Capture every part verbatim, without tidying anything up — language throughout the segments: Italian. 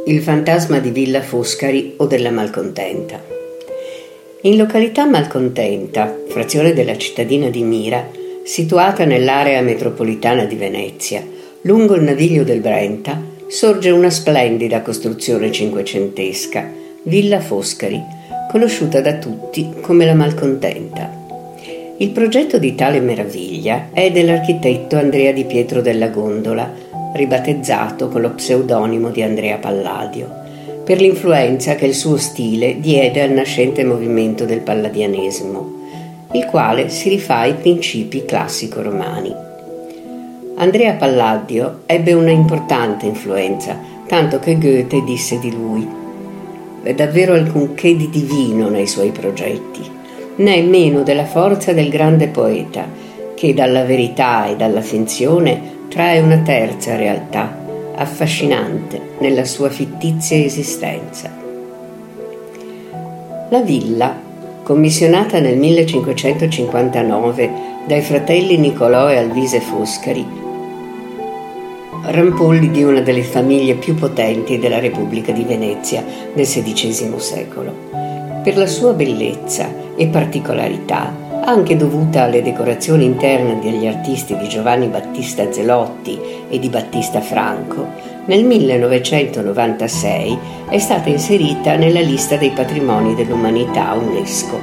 Il fantasma di Villa Foscari o della Malcontenta. In località Malcontenta, frazione della cittadina di Mira, situata nell'area metropolitana di Venezia, lungo il naviglio del Brenta, sorge una splendida costruzione cinquecentesca, Villa Foscari, conosciuta da tutti come la Malcontenta. Il progetto di tale meraviglia è dell'architetto Andrea Di Pietro della Gondola, ribattezzato con lo pseudonimo di Andrea Palladio, per l'influenza che il suo stile diede al nascente movimento del palladianesimo, il quale si rifà ai principi classico-romani. Andrea Palladio ebbe una importante influenza, tanto che Goethe disse di lui: «È davvero alcunché di divino nei suoi progetti, né meno della forza del grande poeta, che dalla verità e dalla finzione trae una terza realtà, affascinante nella sua fittizia esistenza». La villa, commissionata nel millecinquecentocinquantanove dai fratelli Niccolò e Alvise Foscari, rampolli di una delle famiglie più potenti della Repubblica di Venezia del sedicesimo secolo, per la sua bellezza e particolarità, anche dovuta alle decorazioni interne degli artisti di Giovanni Battista Zelotti e di Battista Franco, nel millenovecentonovantasei è stata inserita nella lista dei patrimoni dell'umanità UNESCO.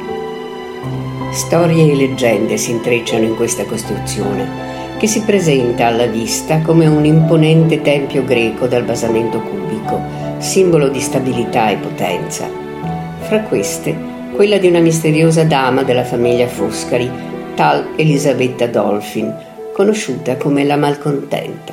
Storie e leggende si intrecciano in questa costruzione, che si presenta alla vista come un imponente tempio greco dal basamento cubico, simbolo di stabilità e potenza. Fra queste, quella di una misteriosa dama della famiglia Foscari, tal Elisabetta Dolfin, conosciuta come la Malcontenta.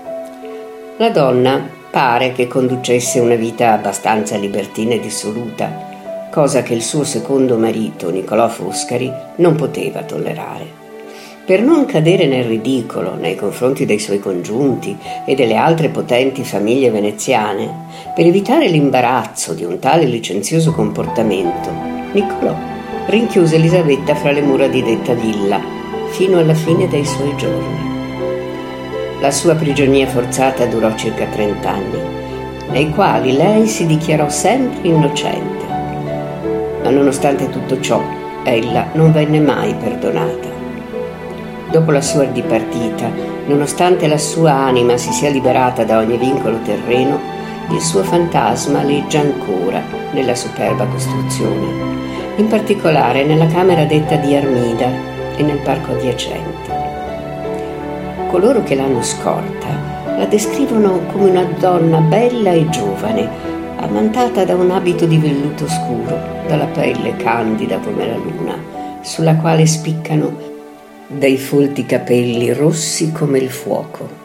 La donna pare che conducesse una vita abbastanza libertina e dissoluta, cosa che il suo secondo marito, Niccolò Foscari, non poteva tollerare. Per non cadere nel ridicolo nei confronti dei suoi congiunti e delle altre potenti famiglie veneziane, per evitare l'imbarazzo di un tale licenzioso comportamento, Niccolò rinchiuse Elisabetta fra le mura di detta villa fino alla fine dei suoi giorni. La sua prigionia forzata durò circa trent'anni, nei quali lei si dichiarò sempre innocente. Ma nonostante tutto ciò, ella non venne mai perdonata. Dopo la sua dipartita, nonostante la sua anima si sia liberata da ogni vincolo terreno, il suo fantasma leggia ancora nella superba costruzione, in particolare nella camera detta di Armida e nel parco adiacente. Coloro che l'hanno scorta la descrivono come una donna bella e giovane, ammantata da un abito di velluto scuro, dalla pelle candida come la luna, sulla quale spiccano dei folti capelli rossi come il fuoco.